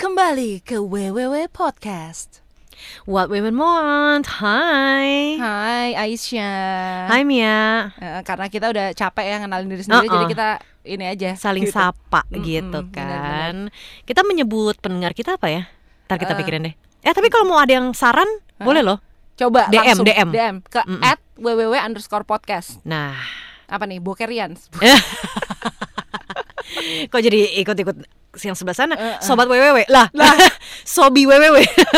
kembali ke WWW Podcast. What Women Want. Hai Aisyah. Hai Mia. Karena kita udah capek ya ngenalin diri sendiri, jadi kita ini aja saling gitu. sapa gitu kan. Benar-benar. Kita menyebut pendengar kita apa ya? Ntar kita pikirin deh. Tapi kalau mau ada yang saran boleh loh. Coba DM, langsung DM. ke @www_podcast. Nah, Apa nih, Bokerians? kok jadi ikut-ikut yang sebelah sana? Sobat WWW lah. Sobi WWW.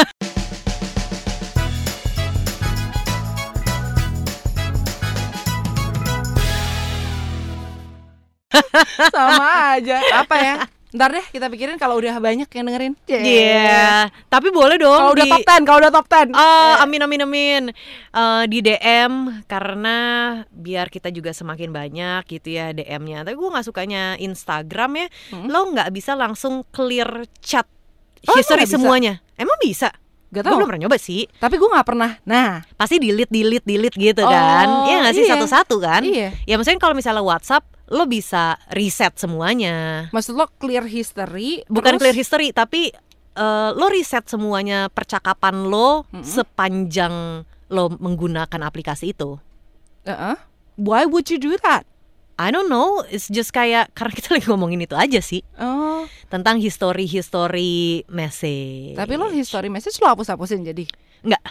Sama aja. Apa ya? Ntar deh kita pikirin kalau udah banyak yang dengerin. Iya. Tapi boleh dong. Kalau udah top 10. Amin. Di DM karena biar kita juga semakin banyak gitu ya DM-nya. Tapi gue nggak sukanya Instagram ya. Lo nggak bisa langsung clear chat history semuanya. Emang bisa? Gak Gue tau. belum pernah nyoba sih. Tapi gue nggak pernah. Nah, Pasti delete gitu kan. Iya nggak sih, iya. satu-satu kan. Iya. Ya maksudnya kalau misalnya WhatsApp lo bisa reset semuanya. Maksud lo clear history? Bukan terus- clear history, tapi lo reset semuanya percakapan lo sepanjang lo menggunakan aplikasi itu. Why would you do that? I don't know, it's just kayak karena kita lagi ngomongin itu aja sih, Oh, tentang history message. tapi lo history message lo hapus-hapusin jadi? Enggak.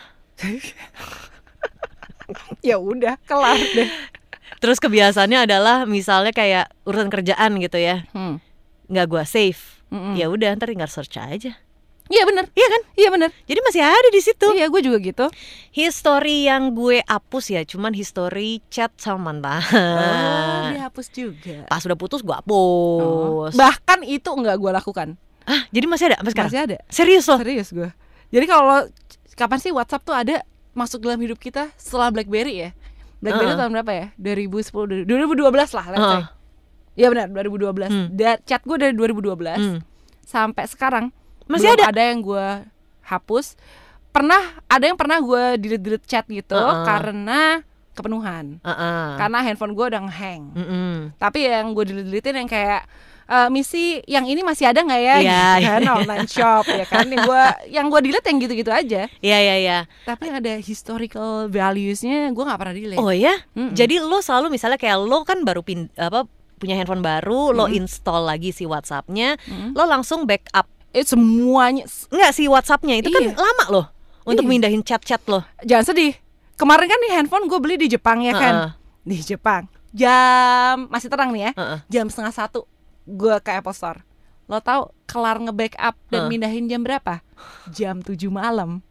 Ya udah, kelar deh. Terus kebiasaannya adalah misalnya kayak urusan kerjaan gitu ya, nggak gua save. Ya udah, ntar tinggal search aja. Iya benar. Iya kan? Iya benar. Jadi masih ada di situ. Iya, gue juga gitu. History yang gue hapus ya cuman history chat sama mantan. Dihapus juga. Pas udah putus gue hapus. Bahkan itu nggak gue lakukan. Jadi masih ada sampai sekarang? Masih ada. Serius loh? Serius gue. Jadi kalau kapan sih WhatsApp tuh ada masuk dalam hidup kita setelah BlackBerry ya? BlackBerry tahun berapa ya? 2010, 2012 lah, let's say. Iya benar, 2012. Chat gue dari 2012 sampai sekarang masih belum ada yang gue hapus. Ada yang pernah gue delete chat gitu karena kepenuhan. Karena handphone gue udah nge-hang. Tapi yang gue delete-deletin yang kayak misi yang ini masih ada nggak ya? Iya, Gitu kan, online shop ya kan. Yang gue delete yang gitu-gitu aja. Iya. Tapi yang ada historical values-nya gue nggak pernah delete. Oh ya? Jadi lo selalu misalnya kayak lo kan baru punya handphone baru, lo install lagi si WhatsApp-nya, lo langsung backup. Semuanya. Enggak, si WhatsApp-nya itu kan lama loh untuk mindahin chat-chat lo. Jangan sedih. Kemarin kan nih handphone gue beli di Jepang ya kan. Di Jepang. Jam masih terang nih ya. Jam 12:30 gue ke Apple Store. Lo tau kelar nge-backup dan mindahin jam berapa? Jam 7 malam.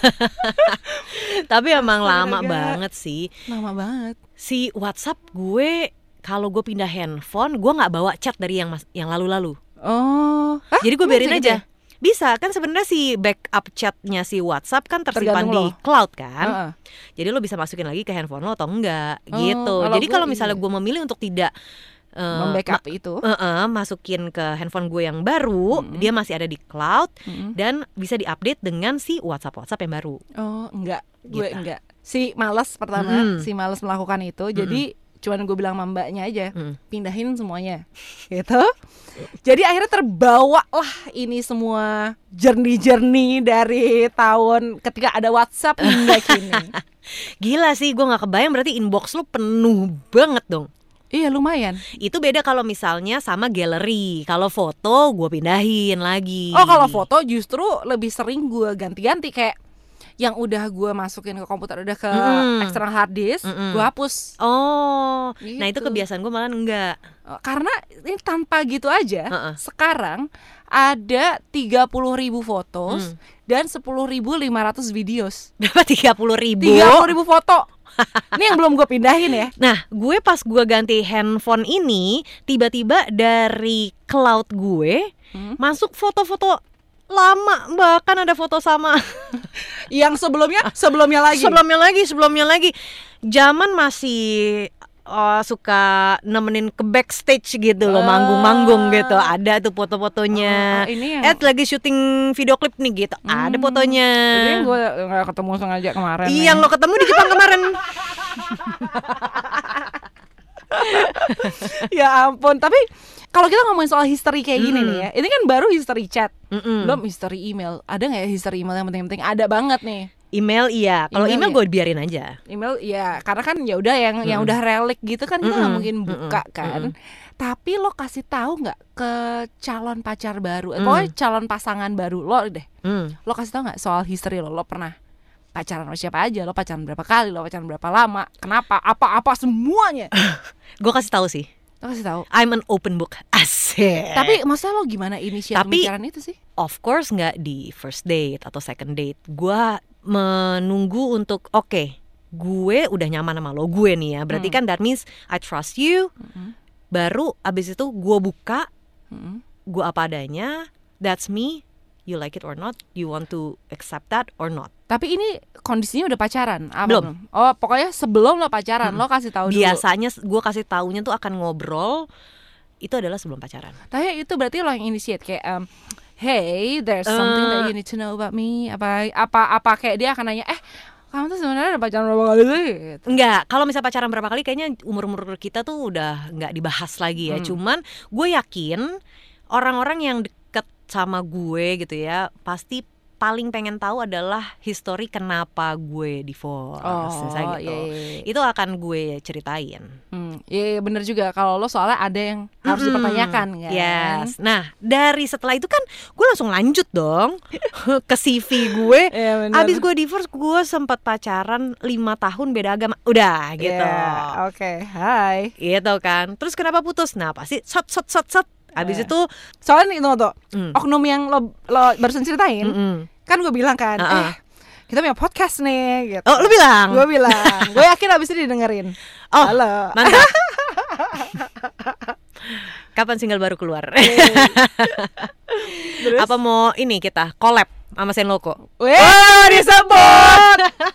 Tapi emang lama banget sih. Lama banget. Si WhatsApp gue kalau gue pindah handphone, gue nggak bawa chat dari yang lalu-lalu. Oh. Jadi gue biarin bisa aja. gitu ya? Bisa kan sebenarnya si backup chatnya si WhatsApp kan tersimpan Tergantung di lo. cloud kan. Jadi lo bisa masukin lagi ke handphone lo atau enggak gitu. kalau Jadi gue kalau misalnya gue memilih untuk tidak membackup itu. masukin ke handphone gue yang baru, dia masih ada di cloud dan bisa diupdate dengan si WhatsApp yang baru. Oh, enggak. Gue Gitu. enggak. Si malas pertama, si malas melakukan itu. Jadi cuman gue bilang sama mbaknya aja, pindahin semuanya. Gitu. Jadi akhirnya terbawa lah ini semua journey dari tahun ketika ada WhatsApp hingga kini. Gila sih, gue nggak kebayang berarti inbox lo penuh banget dong. Iya, lumayan. Itu beda kalau misalnya sama gallery. Kalau foto gue pindahin lagi. Oh, kalau foto justru lebih sering gue ganti-ganti, kayak yang udah gue masukin ke komputer, udah ke external hard disk, gue hapus. Oh, Gitu. nah itu kebiasaan gue malah enggak. Karena ini tanpa gitu aja, sekarang ada 30.000 fotos dan 10.500 videos. Berapa? 30.000? 30.000 foto. Ini yang belum gue pindahin ya. Nah, gue pas gue ganti handphone ini, tiba-tiba dari cloud gue masuk foto-foto lama, bahkan ada foto sama Yang sebelumnya lagi. Zaman masih suka nemenin ke backstage gitu loh, manggung-manggung gitu. Ada tuh foto-fotonya. Ini yang lagi syuting video klip nih gitu. Ada fotonya. Jadi gue gak ketemu sengaja kemarin. Iya, yang lo ketemu di Jepang kemarin. Ya ampun. Tapi kalau kita ngomongin soal history kayak gini nih ya, ini kan baru history chat, Mm-mm. belum history email. Ada nggak ya history email yang penting-penting? Ada banget nih. Email iya, kalau email Email gue biarin aja. Email ya, karena kan ya udah yang udah relic gitu kan kita nggak mungkin buka kan. Tapi lo kasih tahu nggak ke calon pacar baru, pokoknya calon pasangan baru lo deh. Lo kasih tahu nggak soal history lo pernah pacaran sama siapa aja, lo pacaran berapa kali, lo pacaran berapa lama, kenapa, apa semuanya. Gue kasih tahu sih. Lo kasih tahu. I'm an open book. Asik. Tapi maksudnya lo gimana inisiasi pembicaraan itu sih? Of course nggak di first date atau second date. Gue menunggu untuk gue udah nyaman sama lo, gue nih ya. Berarti kan that means I trust you. Baru abis itu gue buka, gue apa adanya. That's me. You like it or not? You want to accept that or not? Tapi ini kondisinya udah pacaran? Apa Belum. Oh pokoknya sebelum lo pacaran lo kasih tahu dulu. Biasanya gue kasih taunya tuh akan ngobrol. Itu adalah sebelum pacaran. Tapi itu berarti lo yang initiate kayak hey, there's something that you need to know about me. Apa kayak dia akan nanya, kamu tuh sebenarnya udah pacaran berapa kali sih? Gitu. Enggak, kalau misalnya pacaran berapa kali kayaknya umur-umur kita tuh udah nggak dibahas lagi ya. Cuman gue yakin orang-orang yang deket sama gue gitu ya pasti paling pengen tahu adalah history kenapa gue divorce, misalnya gitu. Iya. Itu akan gue ceritain. Iya bener juga, kalau lo soalnya ada yang harus dipertanyakan kan. Yes. Nah dari setelah itu kan gue langsung lanjut dong ke CV gue. Abis gue divorce gue sempat pacaran 5 tahun beda agama. Udah gitu. Oke, hai. Gitu kan. Terus kenapa putus? Nah pasti set. Abis itu soalnya itu tuh oknum yang lo barusan ceritain. Kan gue bilang kan, kita punya podcast nih gitu. Oh lu bilang? Gue bilang. Gue yakin abis itu didengerin. Oh halo. mantap. Kapan single baru keluar? Apa mau ini kita collab sama Senloko? Wah disebut.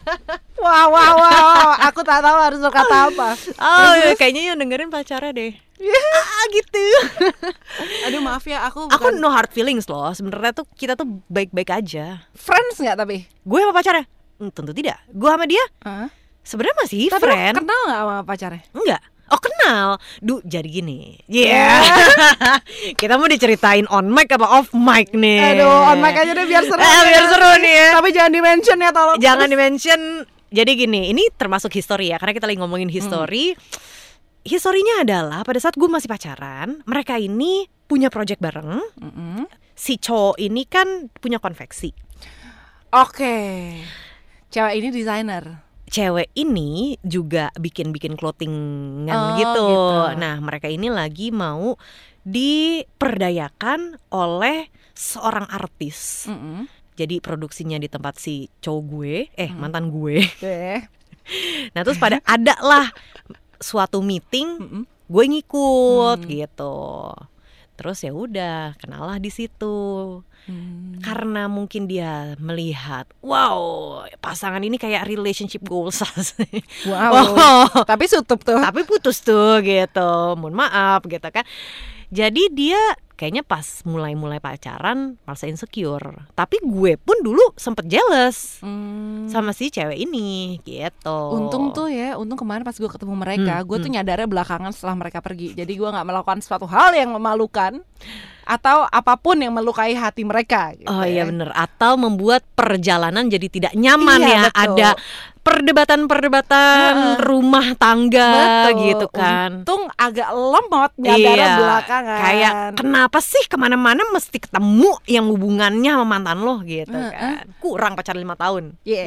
Wow. Aku tak tahu harus berkata apa. Kayaknya yang dengerin pacarnya deh. Gitu. Aduh maaf ya, aku no hard feelings loh. Sebenarnya tuh kita tuh baik-baik aja. Friends nggak tapi? Gue sama pacarnya? Tentu tidak. Gue sama dia sebenarnya masih tapi friend. Tapi kenal nggak sama pacarnya? Enggak. Oh kenal. Jadi gini. Kita mau diceritain on mic apa off mic nih? Aduh on mic aja deh biar seru. Biar seru nih ya. Tapi jangan di-mention ya tolong. Jangan di-mention. Jadi gini, ini termasuk history ya, karena kita lagi ngomongin history. Historinya adalah pada saat gue masih pacaran, mereka ini punya project bareng. Si cowok ini kan punya konveksi. Oke. Cewek ini desainer. Cewek ini juga bikin clothingan gitu. Nah mereka ini lagi mau diperdayakan oleh seorang artis. Jadi produksinya di tempat si cowok gue, mantan gue. Nah terus pada ada lah suatu meeting, gue ngikut gitu. Terus ya udah kenal lah di situ. Karena mungkin dia melihat, wow pasangan ini kayak relationship goals. Wow. Tapi tutup tuh. Tapi putus tuh gitu. Mohon maaf gitu kan. Jadi dia kayaknya pas mulai pacaran merasa insecure. Tapi gue pun dulu sempet jealous sama si cewek ini gitu. Untung kemarin pas gue ketemu mereka, gue tuh nyadarnya belakangan setelah mereka pergi. Jadi gue gak melakukan suatu hal yang memalukan atau apapun yang melukai hati mereka gitu. Iya bener. Atau membuat perjalanan jadi tidak nyaman ya. Betul. Ada perdebatan rumah tangga gitu kan. Untung agak lemot nyadarnya belakangan. Kayak kenapa sih kemana-mana mesti ketemu yang hubungannya sama mantan lo gitu kan. Kurang pacaran 5 tahun.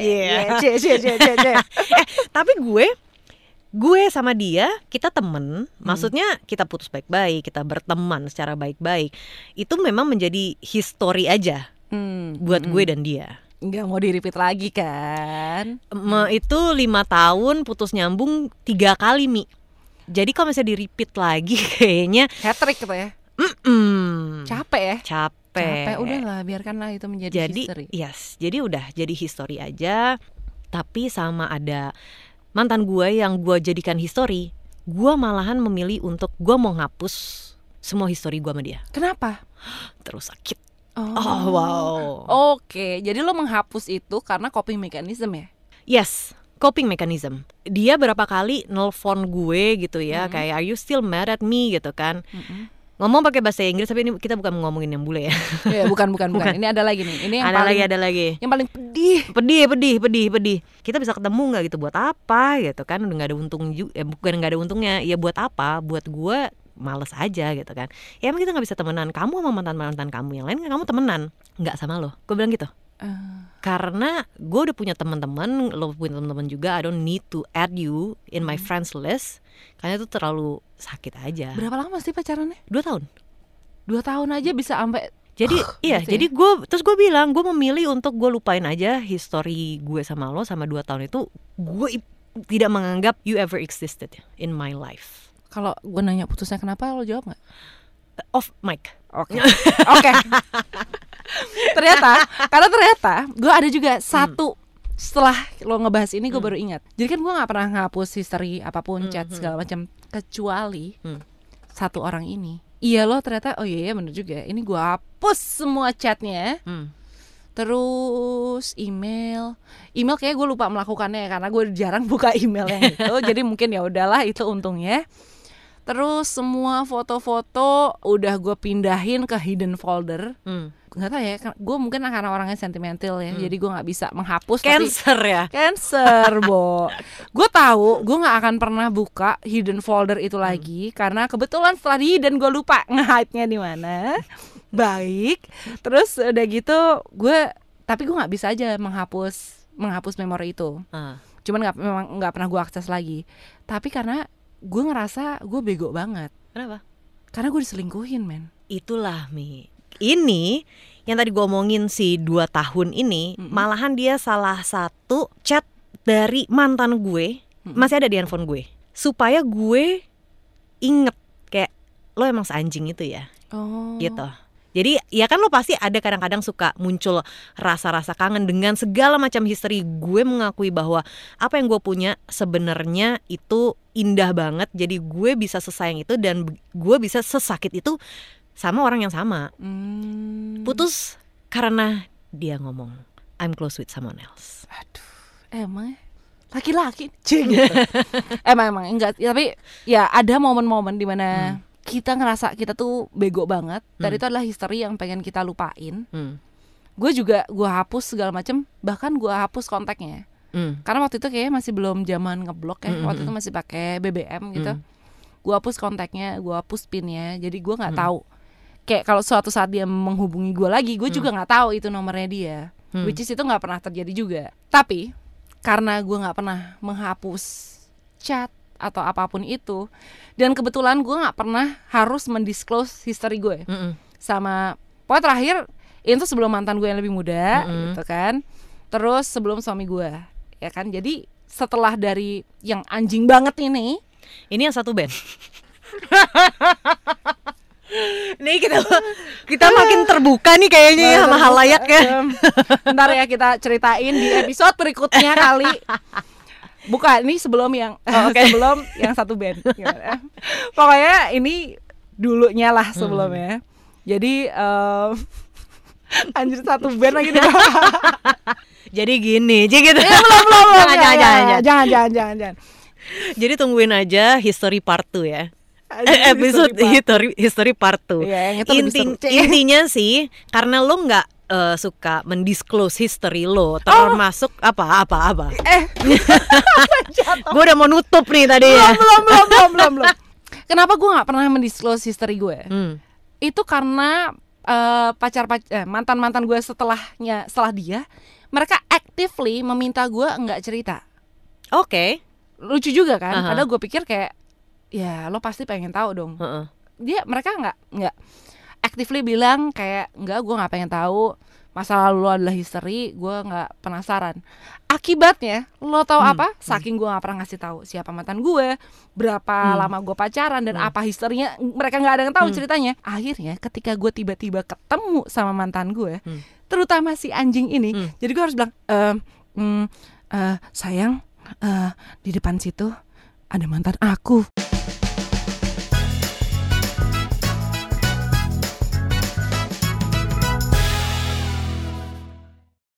Tapi gue sama dia kita temen. Maksudnya kita putus baik-baik, kita berteman secara baik-baik. Itu memang menjadi history aja buat gue dan dia. Nggak mau di-repeat lagi kan? Itu 5 tahun putus nyambung 3 kali Mi. Jadi kalau misalnya di-repeat lagi kayaknya hat-trick gitu ya? Capek ya? Capek, udahlah biarkanlah itu menjadi history. Jadi udah jadi history aja. Tapi sama ada mantan gue yang gue jadikan history, gue malahan memilih untuk gue mau ngapus semua history gue sama dia. Kenapa? Terus sakit. Oh wow. Oke, jadi lo menghapus itu karena coping mechanism ya? Yes, coping mechanism. Dia berapa kali nelpon gue gitu ya, kayak are you still mad at me gitu kan. Ngomong pakai bahasa Inggris, tapi ini kita bukan ngomongin yang bule ya. Ya, bukan. Ini ada lagi nih. Ini yang ada lagi. Yang paling pedih. Kita bisa ketemu nggak gitu buat apa gitu kan? Udah nggak ada untung juga, bukan nggak ada untungnya. Ya buat apa? Buat gue males aja gitu kan. Ya emang kita nggak bisa temenan. Kamu sama mantan kamu yang lain kan kamu temenan, nggak sama lo. Gue bilang gitu. Karena gue udah punya teman-teman, lo punya teman-teman juga. I don't need to add you in my friends list. Karena itu terlalu sakit aja. Berapa lama sih pacarannya? 2 tahun. 2 tahun aja bisa sampai. Jadi iya, gitu jadi gue bilang gue memilih untuk gue lupain aja history gue sama lo sama 2 tahun itu. Gue tidak menganggap you ever existed in my life. Kalau gue nanya putusnya kenapa, lo jawab nggak? Off mic. Oke. Ternyata gue ada juga satu. Setelah lo ngebahas ini gue baru ingat. Jadi kan gue nggak pernah ngapus history apapun, chat segala macam, kecuali satu orang ini. Iya lo ternyata, oh iya bener juga. Ini gue hapus semua chatnya. Terus email kayak gue lupa melakukannya karena gue jarang buka email yang itu. Jadi mungkin ya udahlah, itu untungnya. Terus semua foto-foto udah gue pindahin ke hidden folder. Nggak tahu ya, gue mungkin karena orangnya sentimental ya, jadi gue nggak bisa menghapus. Cancer Bo. Gue tahu gue nggak akan pernah buka hidden folder itu lagi karena kebetulan setelah di hidden gue lupa nge-hide-nya di mana. Baik. Terus udah gitu tapi gue nggak bisa aja menghapus memori itu. Cuman memang nggak pernah gue akses lagi. Tapi karena gue ngerasa gue bego banget. Kenapa? Karena gue diselingkuhin, men. Itulah Mi. Ini yang tadi gue omongin si 2 tahun ini, malahan dia salah satu chat dari mantan gue masih ada di handphone gue, supaya gue inget kayak lo emang seanjing itu ya. Gitu. Jadi ya kan lo pasti ada kadang-kadang suka muncul rasa-rasa kangen dengan segala macam history. Gue mengakui bahwa apa yang gue punya sebenarnya itu indah banget. Jadi gue bisa sesayang itu dan gue bisa sesakit itu sama orang yang sama. Putus karena dia ngomong I'm close with someone else. Aduh, emang laki-laki gitu. emang enggak, tapi ya ada momen-momen dimana kita ngerasa kita tuh bego banget. Dan itu adalah history yang pengen kita lupain. Gue hapus segala macem. Bahkan gue hapus kontaknya. Karena waktu itu kayaknya masih belum zaman ngeblok ya. Waktu itu masih pakai BBM gitu. Gue hapus kontaknya, gue hapus pinnya. Jadi gue nggak tahu. Kayak kalau suatu saat dia menghubungi gue lagi, gue juga nggak tahu itu nomornya dia. Which is itu nggak pernah terjadi juga. Tapi karena gue nggak pernah menghapus chat atau apapun itu, dan kebetulan gue nggak pernah harus mendisclose history gue sama pokoknya terakhir itu sebelum mantan gue yang lebih muda gitu kan, terus sebelum suami gue ya kan. Jadi setelah dari yang anjing banget ini yang satu band. Nih kita makin terbuka nih kayaknya ya sama halayak ya. Ntar ya kita ceritain di episode berikutnya kali. Bukan, ini sebelum yang sebelum yang satu band. Pokoknya ini dulunya lah sebelumnya. Jadi anjir satu band lagi nih. Jadi gini, gitu. Belum. Jangan. Jadi tungguin aja history part 2 ya. Episode history part 2. Ya, intinya sih karena lo nggak suka mendisclose history lo, termasuk apa. Gue udah mau nutup nih tadi ya. Belum. Kenapa gue nggak pernah mendisclose history gue? Itu karena mantan gue setelah dia, mereka actively meminta gue nggak cerita. Oke. Lucu juga kan? Padahal gue pikir kayak ya lo pasti pengen tahu dong. Mereka nggak actively bilang kayak enggak, gue nggak pengen tahu, masa lalu lo adalah history, gue nggak penasaran. Akibatnya lo tahu apa? Saking gue nggak pernah ngasih tahu siapa mantan gue, berapa lama gue pacaran dan apa historinya, mereka nggak ada yang tahu ceritanya. Akhirnya ketika gue tiba-tiba ketemu sama mantan gue, terutama si anjing ini, jadi gue harus bilang sayang, di depan situ ada mantan aku.